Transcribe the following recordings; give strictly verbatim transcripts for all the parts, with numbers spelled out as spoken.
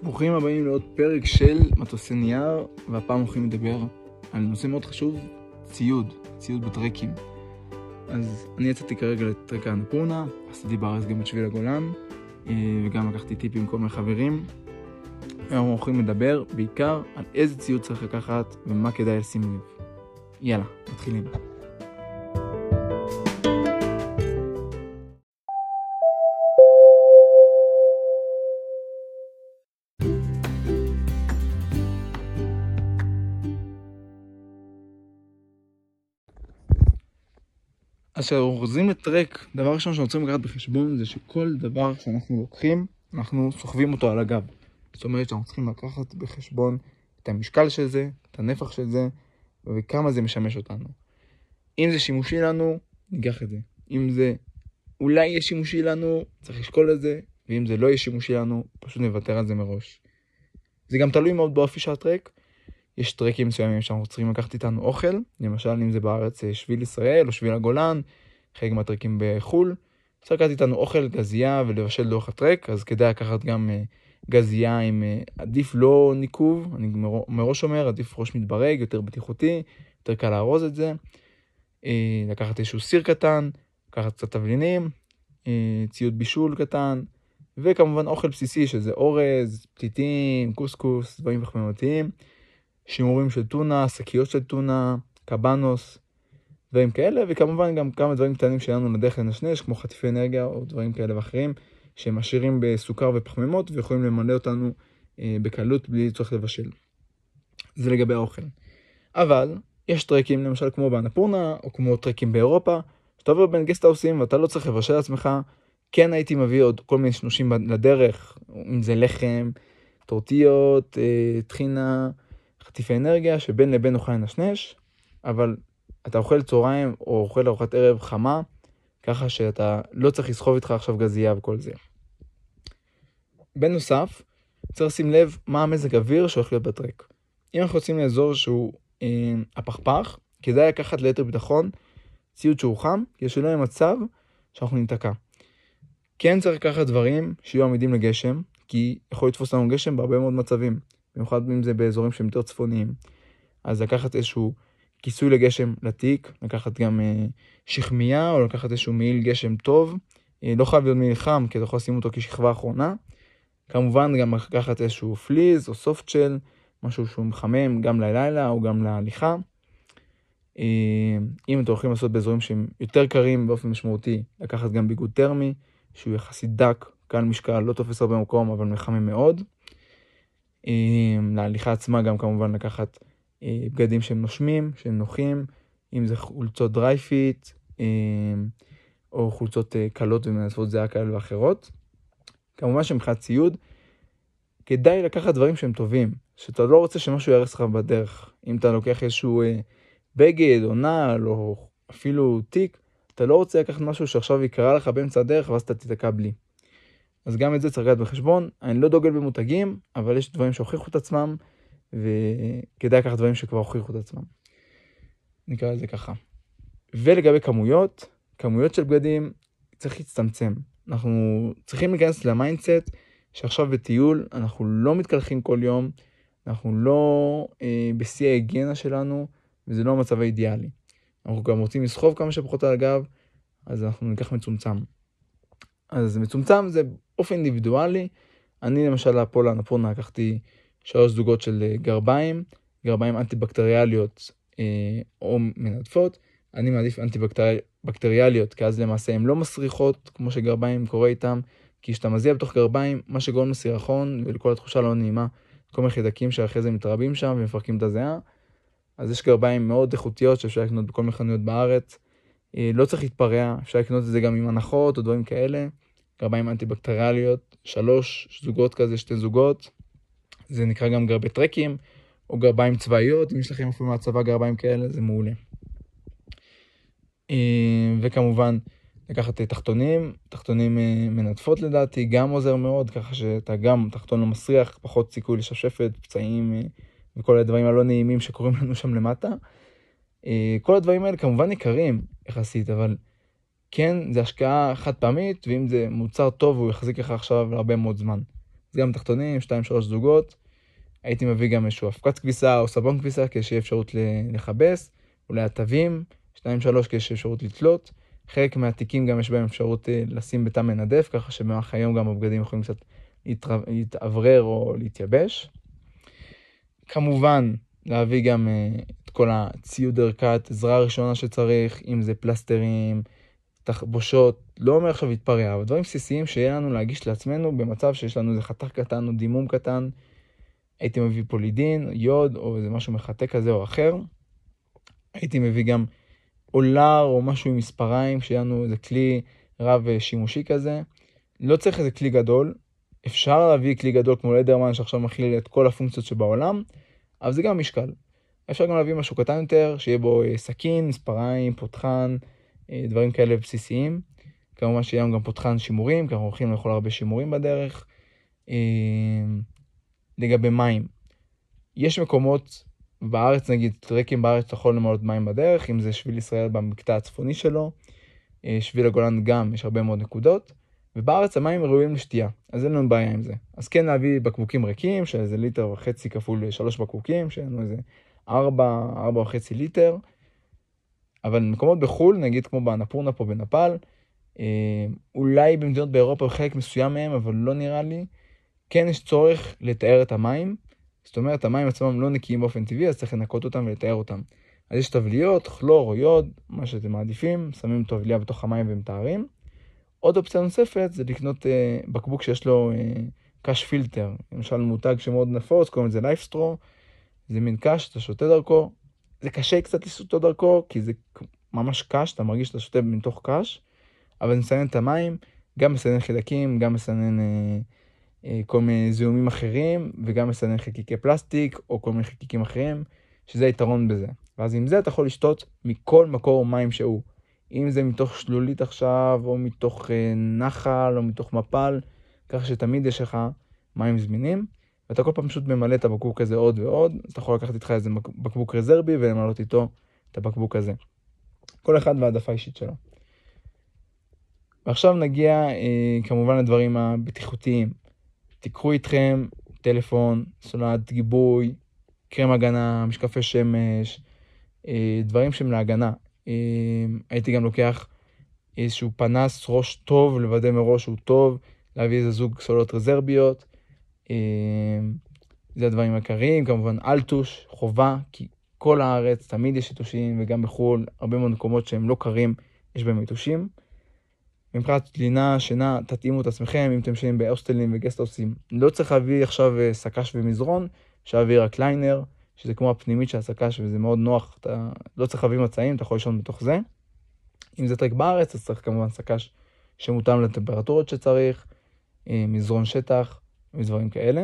ברוכים הבאים לעוד פרק של מטוסי נייר, והפעם הולכים לדבר על נושא מאוד חשוב, ציוד, ציוד בטרקים. אז אני יצאתי כרגע לטרק האנפורנה, עשיתי בארץ גם את שביל הגולן, וגם לקחתי טיפים עם כל מיני חברים. היום הולכים לדבר בעיקר על איזה ציוד צריך לקחת ומה כדאי לשים לב. יאללה, מתחילים. אז כשאנחנו חוזרים לטרק, דבר ראשון שאנחנו רוצים לקחת בחשבון זה שכל דבר שאנחנו לוקחים, אנחנו סוחבים אותו על הגב. זאת אומרת שאנחנו צריכים לקחת בחשבון את המשקל של זה, את הנפח של זה, וכמה זה משמש אותנו. אם זה שימושי לנו, ניקח את זה. אם זה אולי יהיה שימושי לנו, צריך לשקול את זה, ואם זה לא יהיה שימושי לנו, פשוט נוותר על זה מראש. זה גם תלוי מאוד באופי של הטרק. יש טרקים מסוימים שאנחנו צריכים לקחת איתנו אוכל, למשל אם זה בארץ שביל ישראל או שביל הגולן, חלק מהטרקים בחול, צריך לקחת איתנו אוכל, גזייה ולבשל לאורך הטרק, אז כדאי לקחת גם גזייה עם עדיף לא ניקוב, אני מראש אומר, עדיף ראש מתברג, יותר בטיחותי, יותר קל לארוז את זה, לקחת איזשהו סיר קטן, לקחת קצת תבלינים, ציוד בישול קטן, וכמובן אוכל בסיסי שזה אורז, פתיתים, קוסקוס, דברים פחמימתיים, שימורים של טונה, שקיות של טונה, קבנוס, דברים כאלה, וכמובן גם כמה דברים קטנים שלנו לדרך לנשנש, כמו חטיפי אנרגיה או דברים כאלה ואחרים, שהם עשירים בסוכר ופחמימות, ויכולים למלא אותנו אה, בקלות בלי צורך לבשל. זה לגבי האוכל. אבל יש טרקים, למשל כמו באנפורנה, או כמו טרקים באירופה, שאתה עובר בין גסטהאוסים ואתה לא צריך לבשל לעצמך, כן הייתי מביא עוד כל מיני שנושים לדרך, אם זה לחם, טורטיות, אה, טחינה, חטיפי אנרגיה, שבין לבין אוכל לנשנש, אבל אתה אוכל צהריים או אוכל ארוחת ערב חמה, ככה שאתה לא צריך לסחוב איתך עכשיו גזייה וכל זה. בנוסף, צריך לשים לב מה המזג אוויר שהולך להיות בטרק. אם אנחנו רוצים לאזור שהוא אה, הפכפך, כדאי לקחת ליתר ביטחון ציוד שהוא חם, כדי שלא יהיה מצב שאנחנו ניתקע. כן צריך לקחת דברים שיהיו עמידים לגשם, כי יכול לתפוס לנו גשם בהרבה מאוד מצבים. במיוחד אם זה באזורים שהם יותר צפוניים. אז לקחת איזשהו כיסוי לגשם לתיק, לקחת גם אה, שכמיה, או לקחת איזשהו מעיל גשם טוב. אה, לא חייב להיות מעיל חם, כי אתה יכול לשים אותו כשכבה האחרונה. כמובן גם לקחת איזשהו פליז או סופט של, משהו שהוא מחמם גם ללילה או גם להליכה. אה, אם אתם הולכים לעשות באזורים שהם יותר קרים באופן משמעותי, לקחת גם ביגוד טרמי, שהוא יחסית דק, קל משקל, לא תופס הרבה מקום, אבל מחמם מאוד. להליכה עצמה גם כמובן לקחת בגדים שהם נושמים, שהם נוחים, אם זה חולצות דרי פיט, או חולצות קלות ומנצבות זהה כאלה ואחרות. כמובן שמבחינת ציוד, כדאי לקחת דברים שהם טובים, שאתה לא רוצה שמשהו ירס לך בדרך. אם אתה לוקח איזשהו בגד או נעל או אפילו תיק, אתה לא רוצה לקחת משהו שעכשיו יקרה לך באמצע הדרך ואז אתה תתקע בלי. אז גם את זה צריך לקחת בחשבון. אני לא דוגל במותגים, אבל יש דברים שהוכיחו את עצמם, וכדאי לקחת דברים שכבר הוכיחו את עצמם. נקרא את זה ככה. ולגבי כמויות, כמויות של בגדים צריך להצטמצם. אנחנו צריכים להיכנס למיינדסט שעכשיו בטיול אנחנו לא מתקלחים כל יום, אנחנו לא אה, בשיא ההיגיינה שלנו, וזה לא המצב האידיאלי. אנחנו גם רוצים לסחוב כמה שפחות על הגב, אז אנחנו ניקח מצומצם. אז מצומצם זה אופן אינדיבידואלי. אני למשל פה לאנפורנה לקחתי שלוש זוגות של גרביים, גרביים אנטי-בקטריאליות אה, או מנדפות. אני מעדיף אנטי-בקטריאליות, כי אז למעשה הן לא מסריחות, כמו שגרביים קורה איתם, כי כשאתה מזיע בתוך גרביים, מה שגורם לסירחון ולכל התחושה לא נעימה, כל מיני חידקים שאחרי זה מתרבים שם ומפרקים את הזיעה. אז יש גרביים מאוד איכותיות שאפשר לקנות בכל מיני חנויות בארץ. לא צריך להתפרע, אפשר לקנות את זה גם עם הנחות או דברים כאלה. גרביים אנטי-בקטריאליות, שלוש זוגות כזה, שתי זוגות. זה נקרא גם גרבי טרקים, או גרביים צבאיות, אם יש לכם אפילו מהצבא גרביים כאלה, זה מעולה. וכמובן, לקחת תחתונים, תחתונים מנדפות לדעתי, גם עוזר מאוד, ככה שאתה גם תחתון לא מסריח, פחות סיכוי לשפשפת, פצעים וכל הדברים הלא נעימים שקורים לנו שם למטה. כל הדברים האלה כמובן יקרים יחסית, אבל כן, זה השקעה חד פעמית, ואם זה מוצר טוב, הוא יחזיק לך עכשיו להרבה מאוד זמן. אז גם תחתונים, שתיים שלוש זוגות. הייתי מביא גם איזשהו הפקת כביסה או סבון כביסה, כדי שיהיה אפשרות לחבס, אולי התווים, שתיים שלוש כדי שיהיה אפשרות לתלות. חלק מהתיקים גם יש בהם אפשרות לשים בתא מנדף, ככה שבמהלך היום גם הבגדים יכולים קצת להתעברר או להתייבש. כמובן, להביא גם את כל הציוד ערכת, עזרה ראשונה שצריך, אם זה פלסטרים, תחבושות, לא אומר עכשיו להתפרע, אבל דברים בסיסיים שיהיה לנו להגיש לעצמנו במצב שיש לנו איזה חתך קטן או דימום קטן. הייתי מביא פולידין, יוד או איזה משהו מחטא כזה או אחר. הייתי מביא גם אולר או משהו עם מספריים, שיהיה לנו איזה כלי רב שימושי כזה. לא צריך איזה כלי גדול, אפשר להביא כלי גדול כמו לדרמן שעכשיו מכיל את כל הפונקציות שבעולם, אבל זה גם משקל. אפשר גם להביא משהו קטן יותר, שיהיה בו סכין, מספריים, פותחן, דברים כאלה בסיסיים. כמובן שיהיה גם פותחן שימורים, כי אנחנו הולכים לאכול הרבה שימורים בדרך. לגבי מים, יש מקומות בארץ, נגיד טרקים בארץ, אתה יכול למלות מים בדרך, אם זה שביל ישראל במקטע הצפוני שלו, שביל הגולן גם, יש הרבה מאוד נקודות, ובארץ המים ראויים לשתייה, אז אין לנו בעיה עם זה. אז כן להביא בקבוקים ריקים, שזה ליטר וחצי כפול שלוש בקבוקים, שאין לנו איזה ארבע, ארבע וחצי ליטר, אבל מקומות בחול, נגיד כמו באנפורנה פה בנפל, אולי במדינות באירופה חלק מסוים מהם, אבל לא נראה לי, כן יש צורך לתאר את המים, זאת אומרת, המים עצמם לא נקיים באופן טבעי, אז צריך לנקות אותם ולתאר אותם. אז יש תבליות, כלור או יוד, מה שאתם מעדיפים, שמים תבליה בתוך המים ומתארים. עוד אופציה נוספת זה לקנות אה, בקבוק שיש לו אה, קש פילטר, למשל מותג שמאוד נפוץ, קוראים לזה לייפסטרו, זה מין קש, אתה שותה דרכו, זה קשה קצת לשתות דרכו, כי זה ממש קש, אתה מרגיש שאתה שותה מתוך קש, אבל זה מסנן את המים, גם מסנן חלקים, גם מסנן אה, אה, כל מיני זיהומים אחרים, וגם מסנן חלקיקי פלסטיק, או כל מיני חלקיקים אחרים, שזה היתרון בזה. ואז עם זה אתה יכול לשתות מכל מקור מים שהוא. אם זה מתוך שלולית עכשיו, או מתוך אה, נחל, או מתוך מפל, כך שתמיד יש לך מים זמינים, ואתה כל פעם פשוט ממלא את הבקבוק הזה עוד ועוד, אז אתה יכול לקחת איתך איזה בקבוק רזרבי, ולמלות איתו את הבקבוק הזה. כל אחד והעדפה אישית שלו. ועכשיו נגיע אה, כמובן לדברים הבטיחותיים. תיקחו איתכם טלפון, סוללת גיבוי, קרם הגנה, משקפי שמש, אה, דברים שהם להגנה. אה, הייתי גם לוקח איזשהו פנס ראש טוב, לוודא מראש שהוא טוב, להביא איזה זוג סוללות רזרביות. אה, זה הדברים העיקריים, כמובן אלטוש, חובה, כי כל הארץ תמיד יש יתושים, וגם בחול, הרבה מאוד מקומות שהם לא קרים, יש בהם יתושים. מבחינת לינה, שינה, תתאימו את עצמכם, אם אתם שנים בהוסטלים וגסטהאוסים. לא צריך להביא עכשיו סקש ומזרון, אפשר להביא רק ליינר, שזה כמו הפנימית של הסקש, וזה מאוד נוח, אתה לא צריך להביא מצעים, אתה יכול לישון בתוך זה. אם זה טרק בארץ, אז צריך כמובן סקש שמותאם לטמפרטורות שצריך, מזרון שטח ודברים כאלה.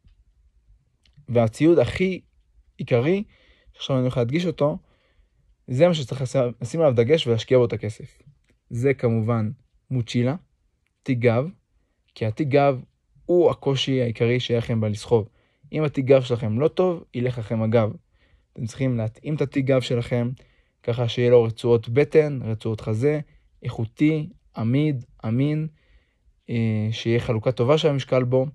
והציוד הכי עיקרי, שעכשיו אני הולך להדגיש אותו, זה מה שצריך לשים עליו דגש ולהשקיע בו את הכסף. זה כמובן מוצ'ילה, תיק גב, כי התיק גב הוא הקושי העיקרי שיהיה לכם בלסחוב. אם התיק גב שלכם לא טוב, ילך לכם הגב. אתם צריכים להתאים את התיק גב שלכם, ככה שיהיה לו רצועות בטן, רצועות חזה, איכותי, עמיד, אמין, שיהיה חלוקה טובה של המשקל בו.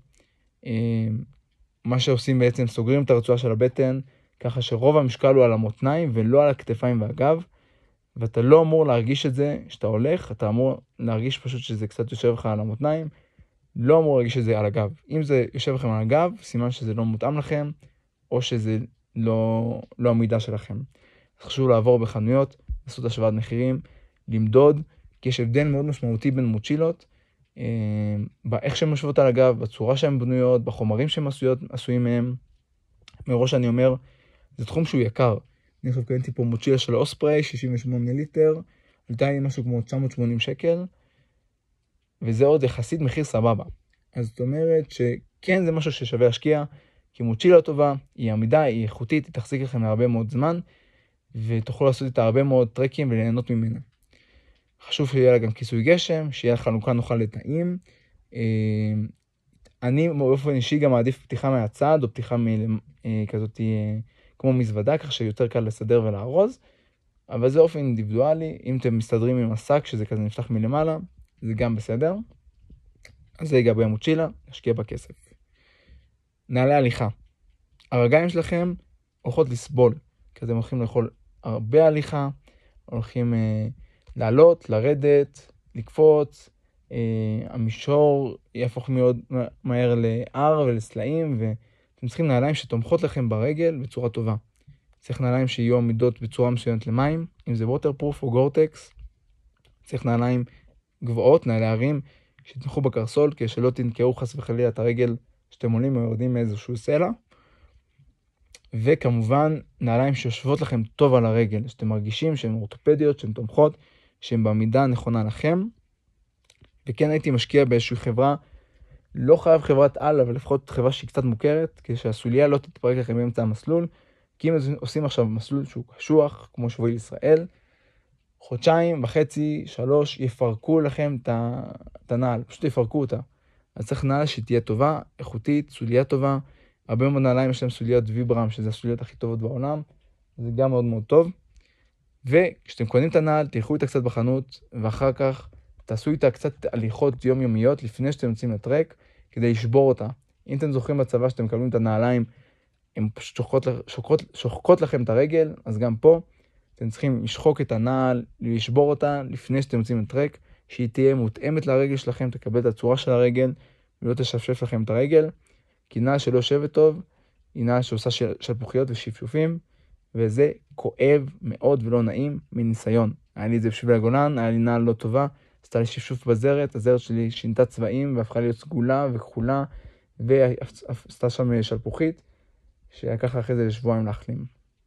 מה שעושים בעצם, סוגרים את הרצועה של הבטן, ככה שרוב המשקל הוא על המותניים ולא על הכתפיים והגב, ואתה לא אמור להרגיש את זה שאתה הולך, אתה אמור להרגיש פשוט שזה קצת יושב לך על המותניים, לא אמור להרגיש את זה על הגב. אם זה יושב לכם על הגב, סימן שזה לא מותאם לכם, או שזה לא, לא המידה שלכם. חשוב לעבור בחנויות, לעשות השוואת מחירים, למדוד, כי יש הבדל מאוד משמעותי בין מוצ'ילות, אה, באיך שהן משוות על הגב, בצורה שהן בנויות, בחומרים שהן עשויות, עשויים מהם. מראש אני אומר, זה תחום שהוא יקר. אני חושב קניתי פה מוצ'ילה של אוספרי, שישים ושמונה ליטר, עלתה לי משהו כמו תשע מאות ושמונים שקל, וזה עוד יחסית מחיר סבבה. אז זאת אומרת שכן זה משהו ששווה להשקיע, כי מוצ'ילה טובה, היא עמידה, היא איכותית, היא תחזיק לכם להרבה מאוד זמן, ותוכלו לעשות איתה הרבה מאוד טרקים וליהנות ממנה. חשוב שיהיה לה גם כיסוי גשם, שיהיה חלוקה נוחה לתאים. אני באופן אישי גם מעדיף פתיחה מהצד, או פתיחה כזאת כמו מזוודה, כך שיותר קל לסדר ולארוז, אבל זה אופן אינדיבידואלי. אם אתם מסתדרים עם השק, שזה כזה נפתח מלמעלה, זה גם בסדר. אז זה יגבי המוצ'ילה, נשקיע בכסף. נעלי הליכה. הרגליים שלכם הולכות לסבול, כי אתם הולכים לאכול הרבה הליכה, הולכים אה, לעלות, לרדת, לקפוץ, אה, המישור יהפוך מאוד מהר להר ולסלעים, ואתם צריכים נעליים שתומכות לכם ברגל בצורה טובה. צריך נעליים שיהיו עמידות בצורה מסוימת למים, אם זה ווטרפרוף או גורטקס. צריך נעליים גבוהות, נעלי הרים, שתמכו בקרסול, כדי שלא תנקעו חס וחלילה את הרגל שאתם עולים או יורדים מאיזשהו סלע. וכמובן, נעליים שיושבות לכם טוב על הרגל, שאתם מרגישים שהן אורתופדיות, שהן תומכות, שהן בעמידה נכונה לכם. וכן הייתי משקיע באיזושהי חברה, לא חייב חברת על, אבל לפחות חברה שהיא קצת מוכרת, כדי שהסוליה לא תתפרק לכם באמצע המסלול. כי אם עושים עכשיו מסלול שהוא קשוח, כמו שבועי ישראל, חודשיים וחצי, שלוש, יפרקו לכם את הנעל, פשוט יפרקו אותה. אז צריך נעל שתהיה טובה, איכותית, סוליה טובה. הרבה מאוד נעליים יש להם סוליות ויברם, שזה הסוליות הכי טובות בעולם. זה גם מאוד מאוד טוב. וכשאתם קונים את הנעל, תלכו איתה קצת בחנות, ואחר כך תעשו איתה קצת הליכות יומיומיות לפני שאתם יוצאים לטרק, כדי לשבור אותה. אם אתם זוכרים בצבא שאתם מקבלים את הנעליים, הן פשוט שוחקות, שוחקות, שוחקות לכם את הרגל, אז גם פה אתם צריכים לשחוק את הנעל, לשבור אותה לפני שאתם יוצאים לטרק, שהיא תהיה מותאמת לרגל שלכם, תקבל את הצורה של הרגל, ולא תשפשף לכם את הרגל, כי נעל שלא יושבת טוב, היא נעל שעושה שלפוחיות ושפשופים, וזה כואב מאוד ולא נעים מניסיון. היה לי את זה בשביל הגולן, היה לי נעל לא טובה, עשתה לי שפשוף בזרת, הזרת שלי שינתה צבעים, והפכה להיות סגולה וכחולה, ועשתה שם שלפוחית, שיקח אחרי זה לשבועיים להחלים.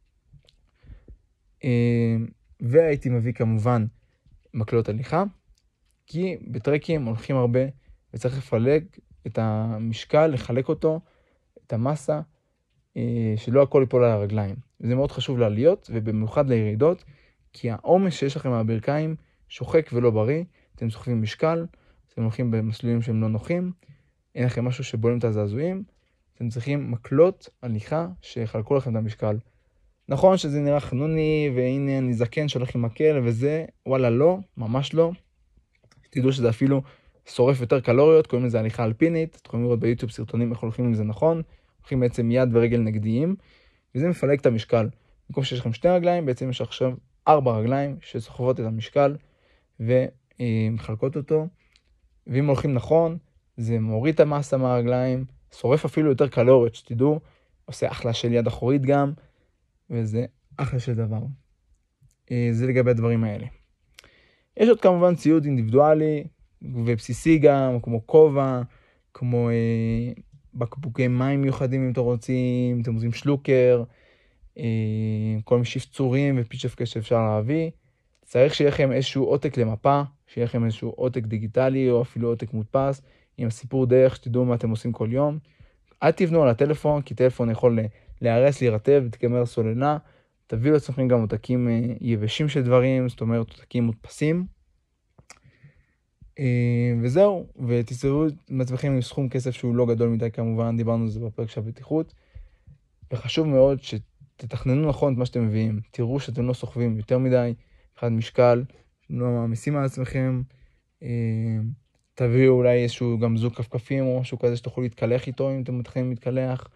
והייתי מביא כמובן מקלות הליכה, כי בטרקים הולכים הרבה, וצריך לפלג את המשקל, לחלק אותו, את המסה, שלא הכל ייפול על הרגליים. וזה מאוד חשוב לעליות, ובמיוחד לירידות, כי העומס שיש לכם מהברכיים שוחק ולא בריא, אתם סוחבים משקל, אתם הולכים במסלולים שהם לא נוחים, אין לכם משהו שבולים את הזעזועים, אתם צריכים מקלות הליכה שיחלקו לכם את המשקל. נכון שזה נראה חנוני, והנה אני זקן שהולך עם מקל וזה, וואלה לא, ממש לא. תדעו שזה אפילו שורף יותר קלוריות, קוראים לזה הליכה אלפינית, אתם יכולים לראות ביוטיוב סרטונים איך הולכים עם זה נכון, הולכים בעצם יד ורגל נגדיים, וזה מפלג את המשקל. במקום שיש לכם שתי רגליים, בעצם יש עכשיו ארבע רגליים שסוחבות את המשקל ומחלקות אותו, ואם הולכים נכון, זה מוריד את המסה מהרגליים, שורף אפילו יותר קלוריות, שתדעו, עושה אחלה של יד אחורית גם, וזה אחלה של דבר. זה לגבי הדברים האלה. יש עוד כמובן ציוד אינדיבידואלי ובסיסי גם, כמו כובע, כמו אה, בקבוקי מים מיוחדים אם אתם רוצים, אתם רוצים שלוקר, אה, כל מיני שפצורים ופיצ'פקה שאפשר להביא. צריך שיהיה לכם איזשהו עותק למפה, שיהיה לכם איזשהו עותק דיגיטלי או אפילו עותק מודפס, עם הסיפור דרך שתדעו מה אתם עושים כל יום. אל תבנו על הטלפון, כי טלפון יכול להירס, להירטב, ותקמר סולנה. תביאו לעצמכם גם עותקים יבשים של דברים, זאת אומרת עותקים מודפסים. וזהו, ותסתכלו לעצמכם עם סכום כסף שהוא לא גדול מדי כמובן, דיברנו על זה בפרק של הבטיחות. וחשוב מאוד שתתכננו נכון את מה שאתם מביאים. תראו שאתם לא סוחבים יותר מדי, אחד משקל, לא מעמיסים על עצמכם. תביאו אולי איזשהו גם זוג כפכפים או משהו כזה שתוכלו להתקלח איתו אם אתם מתחילים להתקלח.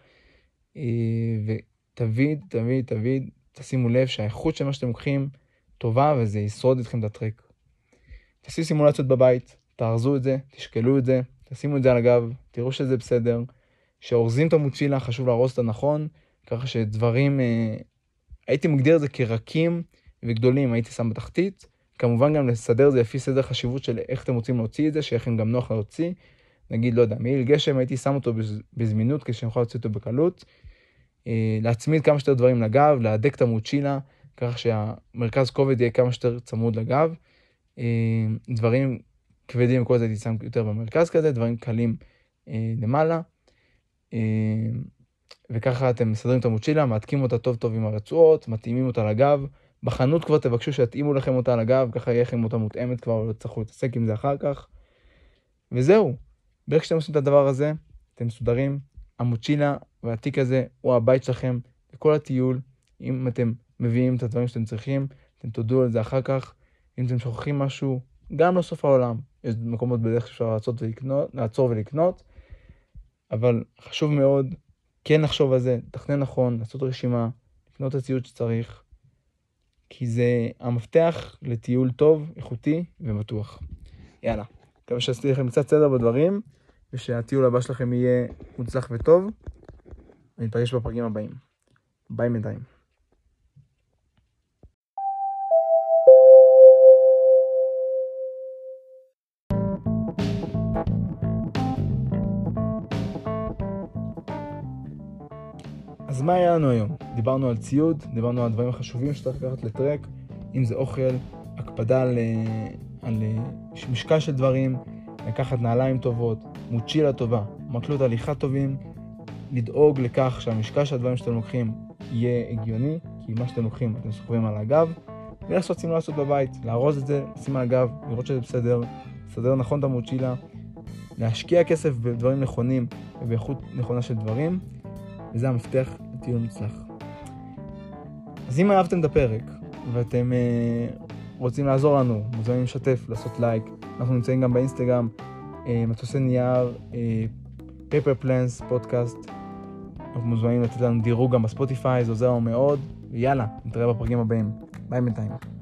ותמיד, תמיד, תמיד, תשימו לב שהאיכות של מה שאתם לוקחים טובה, וזה ישרוד אתכם את הטרק. תעשו סימולציות בבית, תארזו את זה, תשקלו את זה, תשימו את זה על הגב, תראו שזה בסדר. שאורזים את המוצ'ילה, חשוב להרוז את הנכון, ככה שדברים, אה, הייתי מגדיר את זה כרקים וגדולים, הייתי שם בתחתית. כמובן גם לסדר זה לפי סדר חשיבות של איך אתם רוצים להוציא את זה, שיהיה לכם גם נוח להוציא. נגיד, לא יודע, מעיל גשם, הייתי שם אותו בזמינות, כשנוכל להוציא אותו בקלות. אה, להצמיד כמה שיותר דברים לגב, להדק את המוצ'ילה, ככה שהמרכז כובד יהיה כמה שיותר צמוד לגב. אה, דברים כבדים וכל זה הייתי שם יותר במרכז כזה, דברים קלים אה, למעלה. אה, וככה אתם מסדרים את המוצ'ילה, מעתקים אותה טוב טוב עם הרצועות, מתאימים אותה לגב. בחנות כבר תבקשו שיתאימו לכם אותה לגב, ככה יהיה לכם אותה מותאמת כבר, ולא תצטרכו להתעסק עם זה אחר כך. וזהו. ברגע שאתם עושים את הדבר הזה, אתם מסודרים. המוצ'ילה והתיק הזה הוא הבית שלכם לכל הטיול. אם אתם מביאים את הדברים שאתם צריכים, אתם תודו על זה אחר כך. אם אתם שוכחים משהו, גם לא סוף העולם. יש מקומות בדרך שאפשר לעצור ולקנות, לעצור ולקנות. אבל חשוב מאוד, כן נחשוב על זה, תכנן נכון, לעשות רשימה, לקנות את הציוד שצריך, כי זה המפתח לטיול טוב, איכותי ובטוח. יאללה, מקווה שעשיתי לכם קצת סדר בדברים, ושהטיול הבא שלכם יהיה מוצלח וטוב. ונתפגש בפרקים הבאים. ביי בינתיים. אז מה היה לנו היום? דיברנו על ציוד, דיברנו על הדברים החשובים שצריך לקחת לטרק, אם זה אוכל, הקפדה על, על משקל של דברים, לקחת נעליים טובות, מוצ'ילה טובה, מקלות הליכה טובים, לדאוג לכך שהמשקל של הדברים שאתם לוקחים יהיה הגיוני, כי מה שאתם לוקחים אתם סוחבים על הגב, ולעשות סימולציות בבית, לארוז את זה, לשים על הגב, לראות שזה בסדר, לסדר נכון את המוצ'ילה, להשקיע כסף בדברים נכונים ובאיכות נכונה של דברים, וזה המפתח לטיול מוצלח. אז אם אהבתם את הפרק ואתם אה, רוצים לעזור לנו, מוזמנים לשתף, לעשות לייק. אנחנו נמצאים גם באינסטגרם, אה, מטוסי נייר, אה, Paper Plans פודקאסט. אנחנו מוזמנים לתת לנו דירוג גם בספוטיפיי, זה עוזר לנו מאוד. ויאללה, נתראה בפרקים הבאים. ביי בינתיים.